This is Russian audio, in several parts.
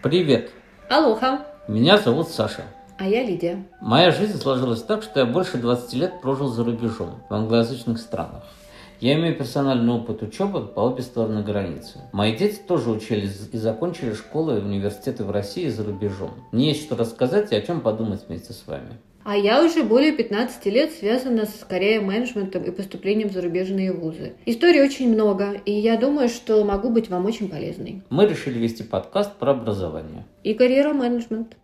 Привет, Алоха. меня зовут Саша. А я Лидия. Моя жизнь сложилась так, что я больше 20 лет прожил за рубежом, в англоязычных странах. Я имею персональный опыт учебы по обе стороны границы. Мои дети тоже учились и закончили школы и университеты в России и за рубежом. Мне есть что рассказать и о чем подумать вместе с вами. А я уже более 15 лет связана с карьер-менеджментом и поступлением в зарубежные вузы. Историй очень много, и я думаю, что могу быть вам очень полезной. Мы решили вести подкаст про образование. И карьер-менеджмент.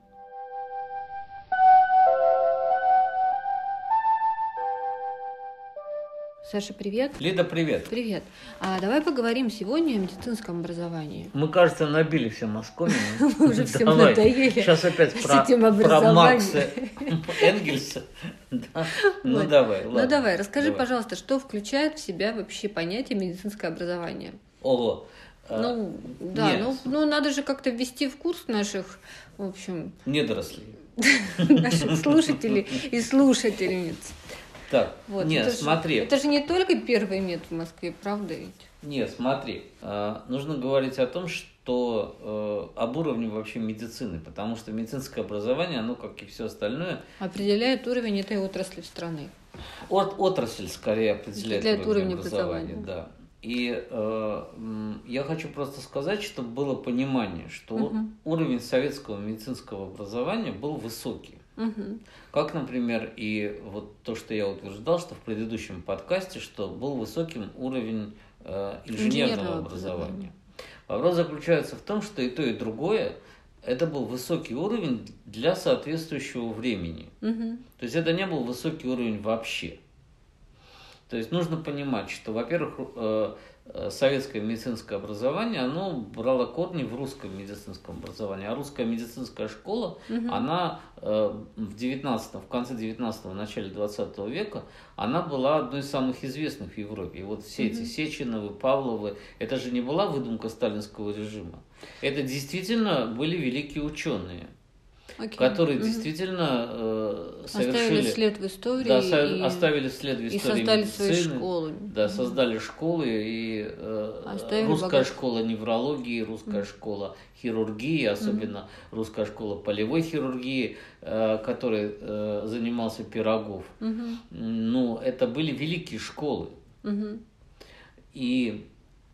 Саша, привет. Лида, привет. Привет. Давай поговорим сегодня о медицинском образовании. Мы, кажется, набили все московину. Мы уже всем надоели. Сейчас опять про Маркса, Энгельса. Ну давай, ладно. Ну давай, расскажи, пожалуйста, что включает в себя вообще понятие медицинское образование? Ого. Ну, надо же как-то ввести в курс наших, в общем... Недорослей. Наших слушателей и слушательниц. Так, вот, нет, смотри. Это же не только первый мед в Москве, правда ведь? Нет, смотри. Нужно говорить о том, что об уровне вообще медицины, потому что медицинское образование, оно, как и все остальное... Определяет уровень этой отрасли в стране. Отрасль, скорее, определяет уровень образования. Да. И я хочу просто сказать, чтобы было понимание, что уровень советского медицинского образования был высокий. Как, например, и вот то, что я утверждал, что в предыдущем подкасте, что был высоким уровень инженерного образования. Вопрос заключается в том, что и то, и другое, это был высокий уровень для соответствующего времени. То есть это не был высокий уровень вообще. То есть нужно понимать, что, во-первых, советское медицинское образование, оно брало корни в русском медицинском образовании. А русская медицинская школа, она в конце 19-го, начале 20 века, она была одной из самых известных в Европе. И вот все эти Сеченовы, Павловы, это же не была выдумка сталинского режима. Это действительно были великие ученые. Которые действительно совершили... Оставили след в истории. Да, оставили след в истории и создали медицины. Свои школы. Да, создали школы. И русская школа неврологии, русская школа хирургии, особенно русская школа полевой хирургии, которой занимался Пирогов. Ну, это были великие школы. И...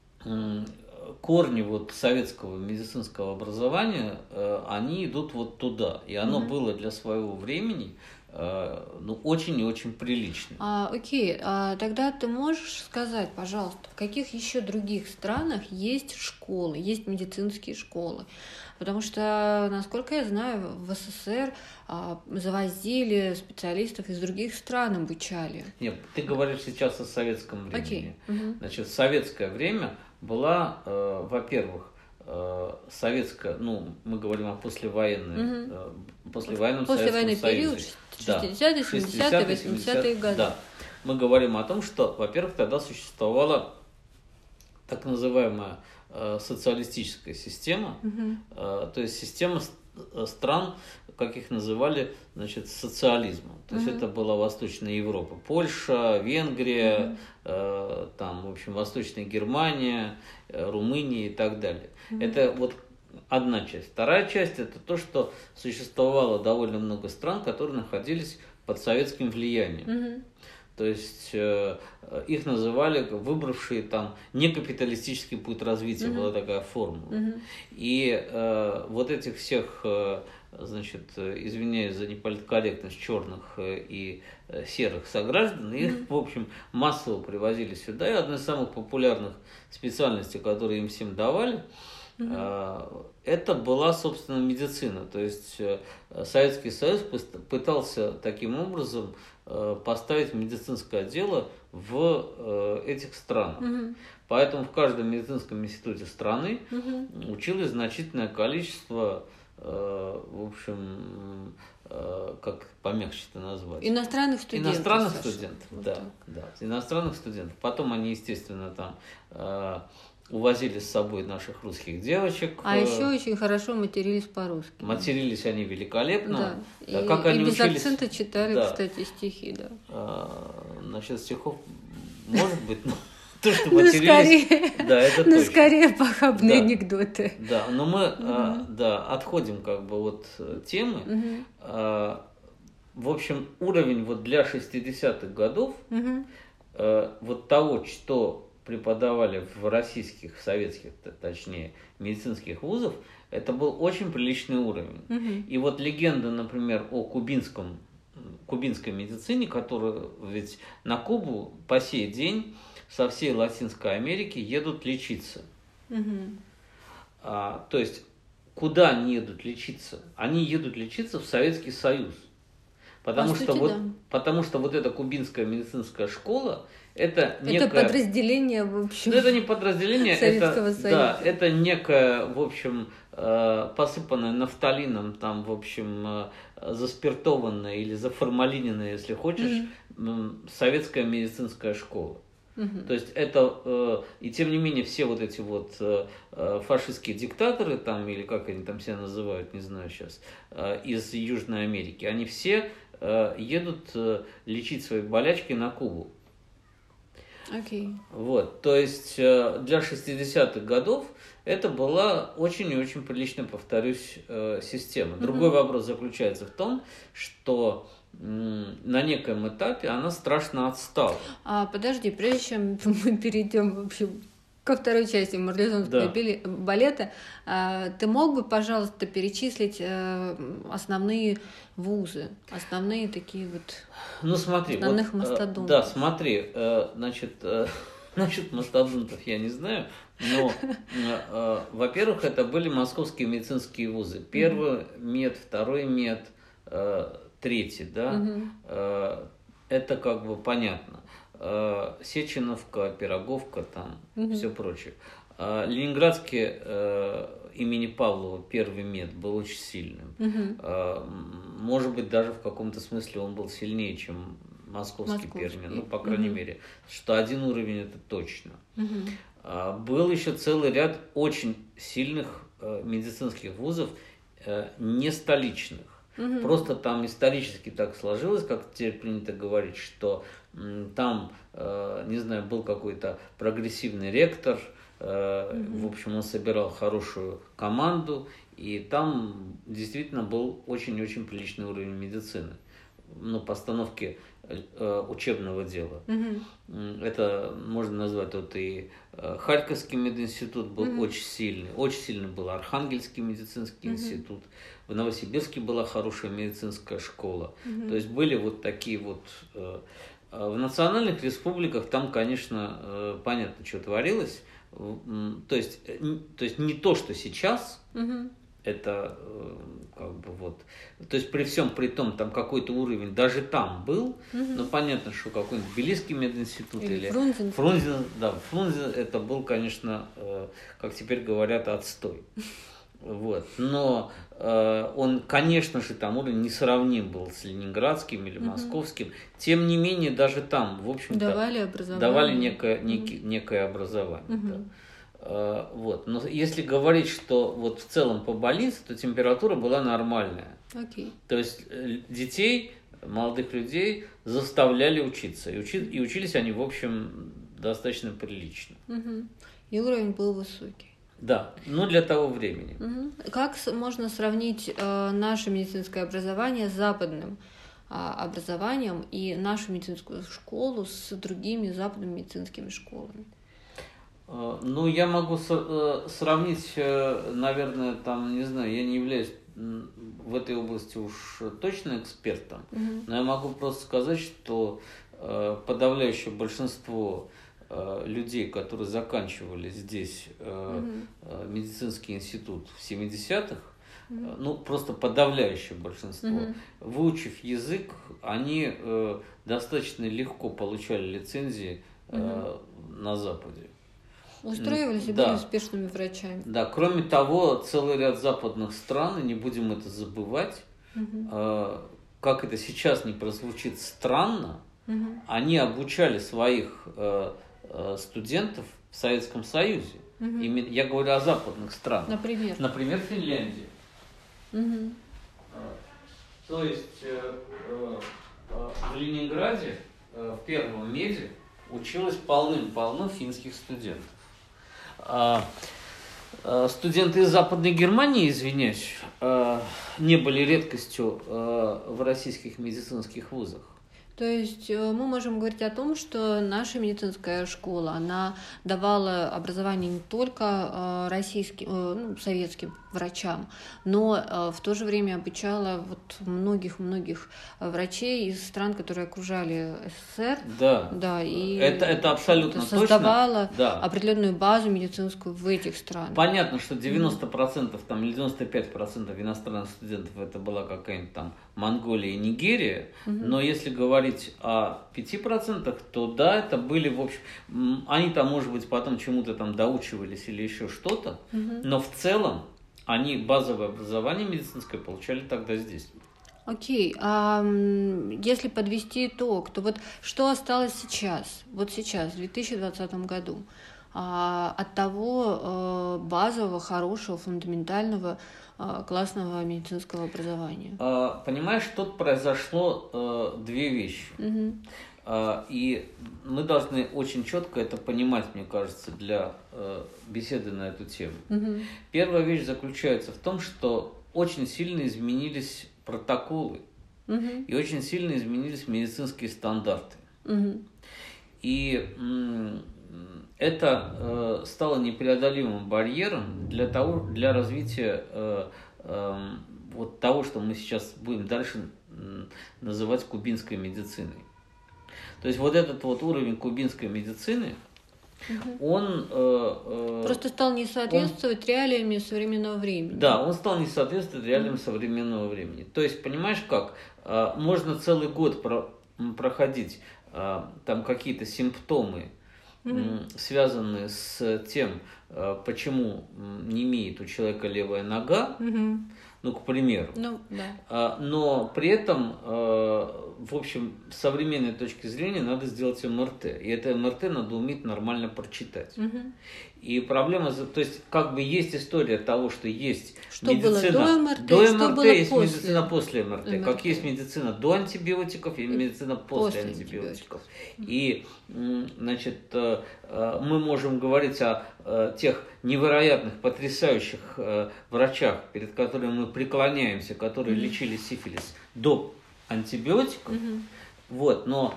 корни вот советского медицинского образования, они идут вот туда. И оно было для своего времени очень и очень прилично. Окей, тогда ты можешь сказать, пожалуйста, в каких еще других странах есть школы, есть медицинские школы? Потому что, насколько я знаю, в СССР завозили специалистов из других стран, обучали. Нет, ты говоришь сейчас о советском времени. Значит, в советское время была, во-первых, советская, мы говорим о послевоенном Советском период, Союзе. 60-е, 70-е, 80-е годы. Да. Мы говорим о том, что, во-первых, тогда существовала так называемая социалистическая система, то есть система стран, как их называли, значит, социализмом. То есть это была Восточная Европа, Польша, Венгрия, там, в общем, Восточная Германия, Румыния и так далее. Это вот одна часть. Вторая часть – это то, что существовало довольно много стран, которые находились под советским влиянием. То есть их называли выбравшие там некапиталистический путь развития, была такая формула. И вот этих всех, значит, извиняюсь за неполиткорректность, черных и серых сограждан, их, в общем, массово привозили сюда. И одна из самых популярных специальностей, которые им всем давали, это была, собственно, медицина. То есть Советский Союз пытался таким образом поставить медицинское дело в этих странах. Поэтому в каждом медицинском институте страны училось значительное количество, в общем, как помягче это назвать? Иностранных студентов. Иностранных студентов, да. Иностранных студентов. Потом они, естественно, там... увозили с собой наших русских девочек. А еще очень хорошо матерились по-русски. Матерились они великолепно. Да. Как они без учились... акцента читали, кстати, стихи. Да. Насчет стихов, может быть, То, что матерились, да, это точно. Скорее похабные анекдоты. Да, но мы отходим как бы от темы. В общем, уровень вот для 60-х годов вот того, что преподавали в российских, советских, точнее, медицинских вузов, это был очень приличный уровень. И вот легенда, например, о кубинской медицине, которая ведь на Кубу по сей день со всей Латинской Америки едут лечиться. То есть, куда они едут лечиться? Они едут лечиться в Советский Союз. Потому что вот эта кубинская медицинская школа, это подразделение, в общем, это не подразделение, Советского Союза. Да, это некое, в общем, посыпанное нафталином, там, в общем, заспиртованное или заформалиненное, если хочешь, советская медицинская школа. То есть это, и тем не менее, все вот эти вот фашистские диктаторы, там, или как они там себя называют, не знаю сейчас, из Южной Америки, они все едут лечить свои болячки на Кубу. Вот, то есть для 60-х годов это была очень и очень приличная, повторюсь, система. Другой вопрос заключается в том, что на некоем этапе она страшно отстала. Подожди, прежде чем мы перейдем, в общем, ко второй части марлезонского балета, ты мог бы, пожалуйста, перечислить основные вузы, основные такие вот, смотри, основных мастодонтов? Да, смотри, насчет мастодонтов я не знаю, но, во-первых, это были московские медицинские вузы. Первый мед, второй мед, третий, да, это как бы понятно. Сеченовка, Пироговка, там, все прочее. Ленинградский имени Павлова первый мед был очень сильным. Может быть, даже в каком-то смысле он был сильнее, чем московский первый мед. Ну, по крайней мере, что один уровень это точно. Был еще целый ряд очень сильных медицинских вузов, не столичных. Просто там исторически так сложилось, как теперь принято говорить, что там, не знаю, был какой-то прогрессивный ректор, в общем, он собирал хорошую команду, и там действительно был очень-очень приличный уровень медицины, ну, постановки учебного дела. Это можно назвать вот и Харьковский мединститут был очень сильный был Архангельский медицинский институт, в Новосибирске была хорошая медицинская школа. То есть были вот такие вот. В национальных республиках там, конечно, понятно, что творилось. То есть не то, что сейчас. Это как бы вот, то есть при всем при том, там какой-то уровень даже там был, но понятно, что какой-нибудь Тбилисский мединститут или Фрунзе это был, конечно, как теперь говорят, отстой. Вот. Но он, конечно же, там уровень несравним был с ленинградским или московским. Тем не менее, даже там, в общем-то, давали некое образование. Да. Вот. Но если говорить, что вот в целом по больнице, то температура была нормальная. То есть детей, молодых людей заставляли учиться. И учились они, в общем, достаточно прилично. И уровень был высокий. Да, но для того времени. Как можно сравнить наше медицинское образование с западным образованием и нашу медицинскую школу с другими западными медицинскими школами? Ну, я могу сравнить, наверное, там, не знаю, я не являюсь в этой области уж точно экспертом, но я могу просто сказать, что подавляющее большинство людей, которые заканчивали здесь медицинский институт в 70-х, ну, просто подавляющее большинство, выучив язык, они достаточно легко получали лицензии на Западе. Устраивались и были успешными врачами. Да, кроме того, целый ряд западных стран, и не будем это забывать, как это сейчас не прозвучит странно, они обучали своих студентов в Советском Союзе. Я говорю о западных странах. Например, Финляндия. То есть в Ленинграде, в первом меде, училось полным-полно финских студентов. Студенты из Западной Германии, извиняюсь, не были редкостью в российских медицинских вузах. То есть мы можем говорить о том, что наша медицинская школа, она давала образование не только российским, советским врачам, но в то же время обучала вот многих врачей из стран, которые окружали СССР. Да, и это абсолютно точно. Создавала определенную базу медицинскую в этих странах. Понятно, что 90% там, или 95% иностранных студентов это была какая-нибудь там Монголия и Нигерия, но если говорить о 5%, то да, это были, в общем, они там, может быть, потом чему-то там доучивались или еще что-то, но в целом они базовое образование медицинское получали тогда здесь. Окей, а если подвести итог, то вот что осталось сейчас, в 2020 году, от того базового, хорошего, фундаментального, классного медицинского образования? Понимаешь, тут произошло две вещи. И мы должны очень четко это понимать, мне кажется, для беседы на эту тему. Первая вещь заключается в том, что очень сильно изменились протоколы и очень сильно изменились медицинские стандарты. И это стало непреодолимым барьером для развития вот того, что мы сейчас будем дальше называть кубинской медициной. То есть вот этот вот уровень кубинской медицины, он... просто стал не соответствовать реалиями современного времени. Да, он стал не соответствовать реалиям современного времени. То есть, понимаешь как, можно целый год проходить там какие-то симптомы, связанные с тем, почему не имеет у человека левая нога, ну, к примеру. Но при этом, в общем, с современной точки зрения надо сделать МРТ. И это МРТ надо уметь нормально прочитать. И проблема, то есть, как бы есть история того, что есть что медицина до МРТ, что было есть после? Медицина после МРТ. Как есть медицина до антибиотиков и медицина после антибиотиков. И, значит, мы можем говорить о тех невероятных, потрясающих врачах, перед которыми мы преклоняемся, которые лечили сифилис до антибиотиков. Вот, но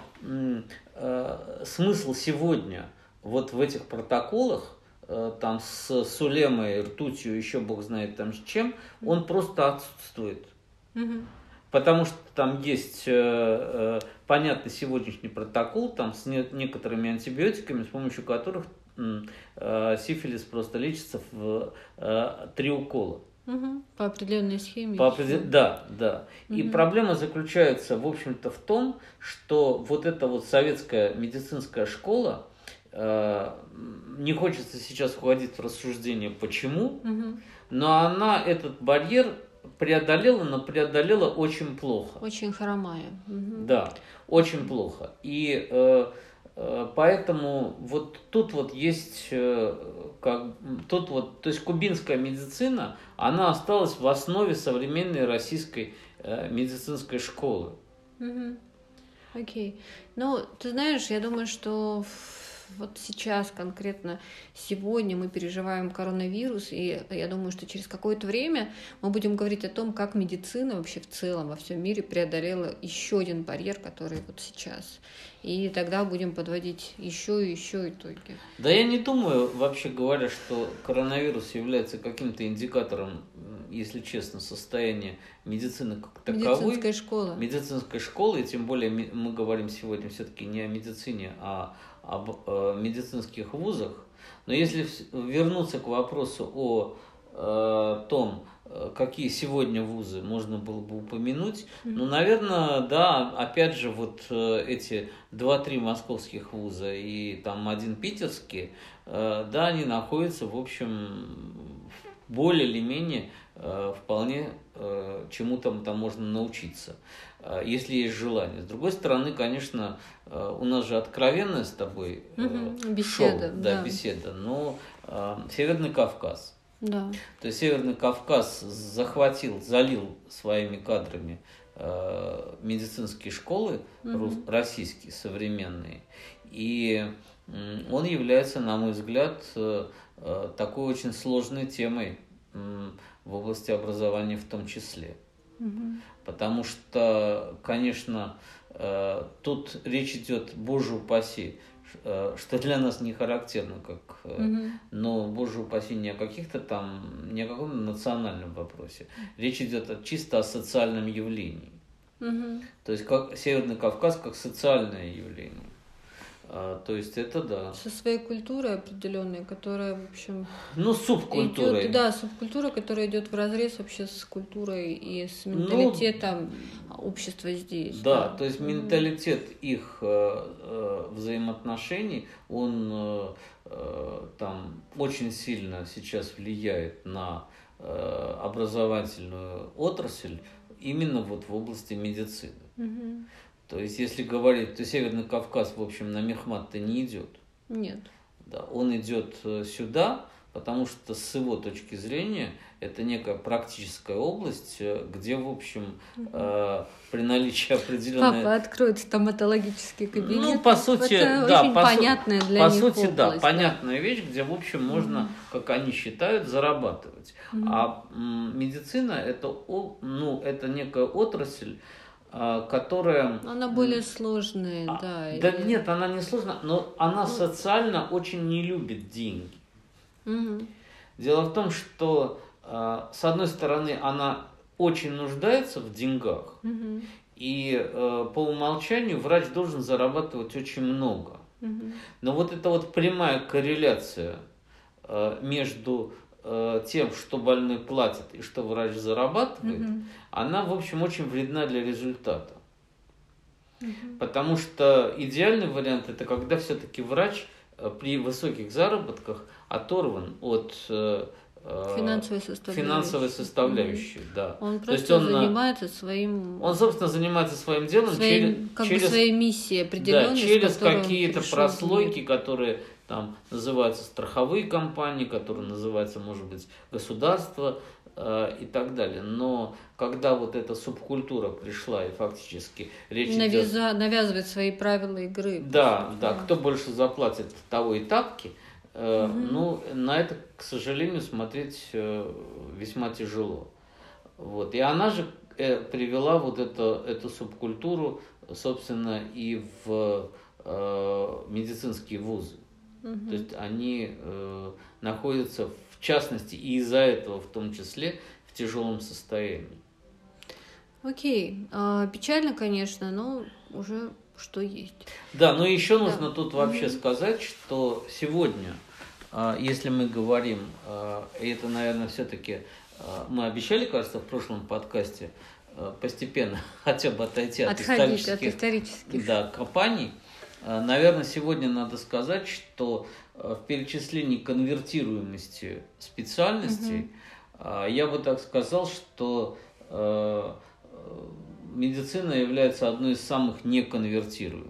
смысл сегодня вот в этих протоколах, там с сулемой, ртутью, еще бог знает там с чем, он просто отсутствует. Потому что там есть понятный сегодняшний протокол там с некоторыми антибиотиками, с помощью которых сифилис просто лечится в 3 укола. По определенной схеме. Да. И проблема заключается, в общем-то, в том, что вот эта вот советская медицинская школа, не хочется сейчас входить в рассуждение, почему, но она этот барьер преодолела, но преодолела очень плохо. Очень хромая. Да, очень плохо. И поэтому вот тут вот есть, то есть кубинская медицина, она осталась в основе современной российской медицинской школы. Окей. Ну, ты знаешь, я думаю, что вот сейчас, конкретно сегодня мы переживаем коронавирус, и я думаю, что через какое-то время мы будем говорить о том, как медицина вообще в целом во всем мире преодолела еще один барьер, который вот сейчас. И тогда будем подводить еще и еще итоги. Да я не думаю, вообще говоря, что коронавирус является каким-то индикатором, если честно, состояния медицины как таковой. Медицинской школы, и тем более мы говорим сегодня все-таки не о медицине, а об медицинских вузах. Но если вернуться к вопросу о том, какие сегодня вузы можно было бы упомянуть, ну, наверное, да, опять же, вот эти 2-3 московских вуза и там 1 питерский, да, они находятся, в общем, более или менее вполне чему-то там можно научиться, если есть желание. С другой стороны, конечно, у нас же откровенная с тобой беседа, беседа, но Северный Кавказ. Да. То есть Северный Кавказ залил своими кадрами медицинские школы российские, современные. И он является, на мой взгляд, такой очень сложной темой в области образования в том числе. Потому что, конечно, тут речь идет, боже упаси, что для нас не характерно, но, боже упаси, не о каких-то там, не о каком-то национальном вопросе. Речь идет чисто о социальном явлении. То есть как Северный Кавказ как социальное явление. То есть это да. Со своей культурой определенной, которая, в общем... субкультурой. Субкультура, которая идет вразрез вообще с культурой и с менталитетом общества здесь. Да, то есть менталитет их взаимоотношений, он там очень сильно сейчас влияет на образовательную отрасль именно вот в области медицины. То есть, если говорить, то Северный Кавказ, в общем, на Мехмат-то не идет. Нет. Да, он идет сюда, потому что с его точки зрения это некая практическая область, где, в общем, при наличии определенной... Папа откроет стоматологический кабинет. По сути, это да. Очень понятная для них область, да, понятная вещь, где, в общем, можно, как они считают, зарабатывать. А медицина это некая отрасль, которая... Она более сложная, да. Да нет, она не сложная, но она социально очень не любит деньги. Дело в том, что, с одной стороны, она очень нуждается в деньгах, и по умолчанию врач должен зарабатывать очень много. Но вот эта вот прямая корреляция между тем, что больной платит и что врач зарабатывает, она, в общем, очень вредна для результата. Потому что идеальный вариант – это когда все-таки врач при высоких заработках оторван от финансовой составляющей. Да. Он просто занимается своим... Он, собственно, занимается своим делом через своей миссией определенной, через какие-то прослойки, которые там называются страховые компании, которые называются, может быть, государство и так далее. Но когда вот эта субкультура пришла и фактически речь идет... навязывает свои правила игры. Да, кто больше заплатит, того и тапки. На это, к сожалению, смотреть весьма тяжело. Вот. И она же привела вот эту субкультуру, собственно, и в медицинские вузы. То есть они находятся, в частности, и из-за этого в том числе, в тяжелом состоянии. Окей. Печально, конечно, но уже что есть. Да, но еще нужно тут вообще сказать, что сегодня, если мы говорим, и это, наверное, все-таки мы обещали, кажется, в прошлом подкасте постепенно хотя бы отойти от исторических компаний, наверное, сегодня надо сказать, что в перечислении конвертируемости специальностей я бы так сказал, что медицина является одной из самых неконвертируемых.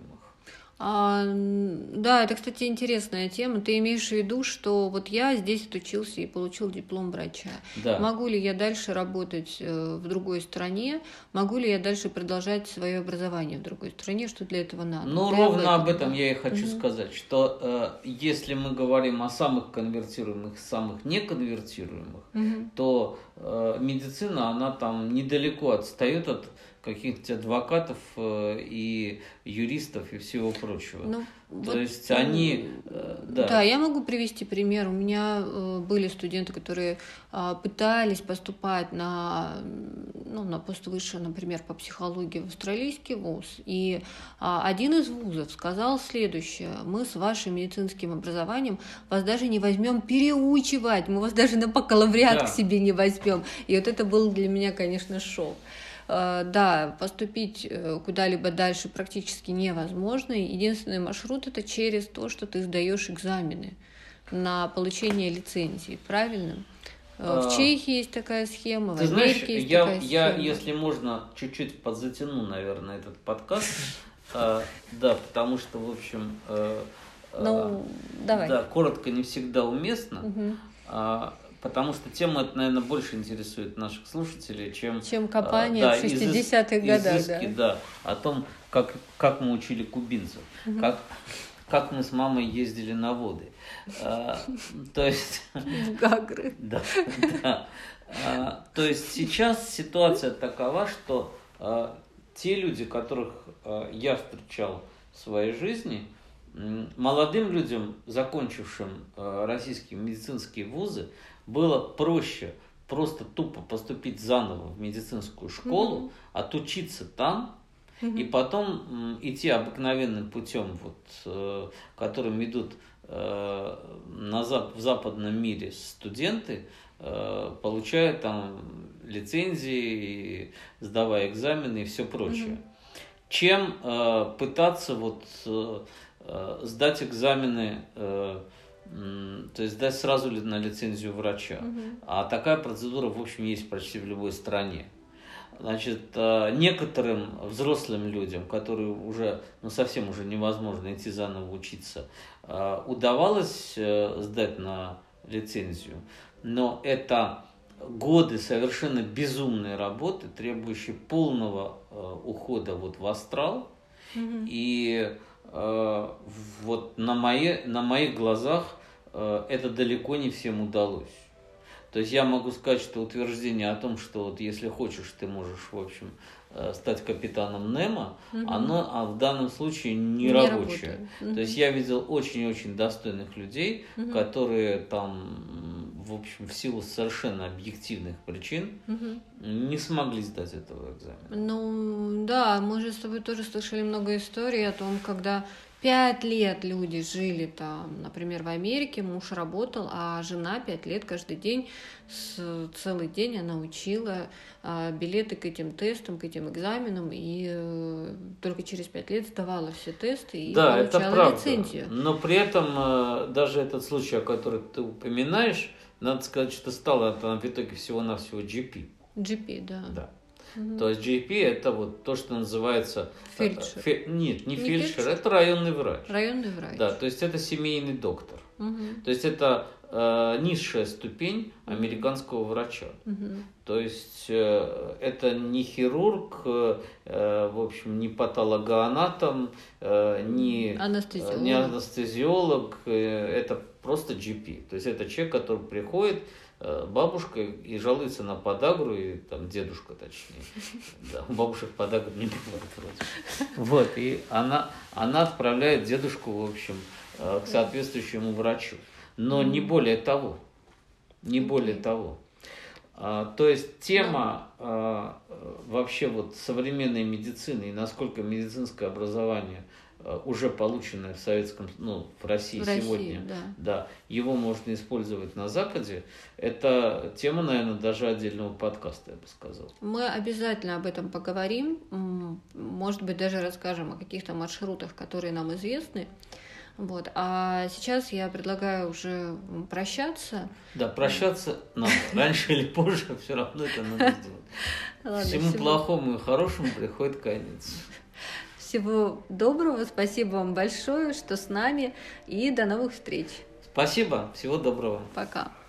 Да, это, кстати, интересная тема. Ты имеешь в виду, что вот я здесь отучился и получил диплом врача. Да. Могу ли я дальше работать в другой стране? Могу ли я дальше продолжать свое образование в другой стране? Что для этого надо? Ровно об этом я и хочу сказать, что если мы говорим о самых конвертируемых, самых неконвертируемых, то медицина, она там недалеко отстает от каких-то адвокатов и юристов и всего прочего. То есть они... Да, я могу привести пример. У меня были студенты, которые пытались поступать на поствысшее, например, по психологии в австралийский вуз. И один из вузов сказал следующее: мы с вашим медицинским образованием вас даже не возьмем переучивать, мы вас даже на бакалавриат к себе не возьмем. И вот это был для меня, конечно, шок. Да, поступить куда-либо дальше практически невозможно. Единственный маршрут — это через то, что ты сдаешь экзамены на получение лицензии. Правильно? В Чехии есть такая схема, в Америке есть такая схема. Я, если можно, чуть-чуть подзатяну, наверное, этот подкаст. Да, потому что, в общем, давай. Да, коротко не всегда уместно. потому что тема эта, наверное, больше интересует наших слушателей, чем копание в 60-х годах. Да, о том, как мы учили кубинцев, как мы с мамой ездили на воды. То есть... В Гагры. Да. То есть сейчас ситуация такова, что те люди, которых я встречал в своей жизни, молодым людям, закончившим российские медицинские вузы, было проще просто тупо поступить заново в медицинскую школу, отучиться там, и потом идти обыкновенным путем, вот, которым идут в западном мире студенты, получая там лицензии, сдавая экзамены и все прочее, чем пытаться вот сдать экзамены, то есть сдать сразу на лицензию врача. А такая процедура, в общем, есть почти в любой стране. Значит, некоторым взрослым людям, которые уже, совсем уже невозможно идти заново учиться, удавалось сдать на лицензию, но это годы совершенно безумной работы, требующей полного ухода вот в астрал. И вот на моих глазах это далеко не всем удалось. То есть я могу сказать, что утверждение о том, что вот если хочешь, ты можешь, в общем, стать капитаном Немо, оно в данном случае не рабочее. То есть я видел очень-очень достойных людей, которые там, в общем, в силу совершенно объективных причин не смогли сдать этого экзамена. Ну да, мы же с тобой тоже слышали много историй о том, когда 5 лет люди жили там, например, в Америке, муж работал, а жена 5 лет каждый день, целый день она учила билеты к этим тестам, к этим экзаменам, и только через 5 лет сдавала все тесты и получала лицензию. Но при этом даже этот случай, о котором ты упоминаешь, надо сказать, что стало это в итоге всего-навсего GP. GP, да. Да. То есть GP это вот то, что называется... Фельдшер. Нет, не фельдшер, это районный врач. Районный врач. Да, то есть это семейный доктор. То есть это низшая ступень американского врача. То есть это не хирург, в общем, не патологоанатом, не анестезиолог, это просто GP. То есть это человек, который приходит, бабушка, и жалуется на подагру, и там дедушка, точнее. Да, у бабушек подагры не бывает вроде. Вот, и она отправляет дедушку, в общем, к соответствующему врачу. Но не более того. Не более того. То есть тема вообще вот современной медицины и насколько медицинское образование уже полученное в России сегодня, да, его можно использовать на Западе, это тема, наверное, даже отдельного подкаста, я бы сказал. Мы обязательно об этом поговорим, может быть, даже расскажем о каких-то маршрутах, которые нам известны. Вот. А сейчас я предлагаю уже прощаться. Да, прощаться надо. Раньше или позже все равно это надо сделать. Всему плохому и хорошему приходит конец. Всего доброго, спасибо вам большое, что с нами, и до новых встреч. Спасибо, всего доброго. Пока.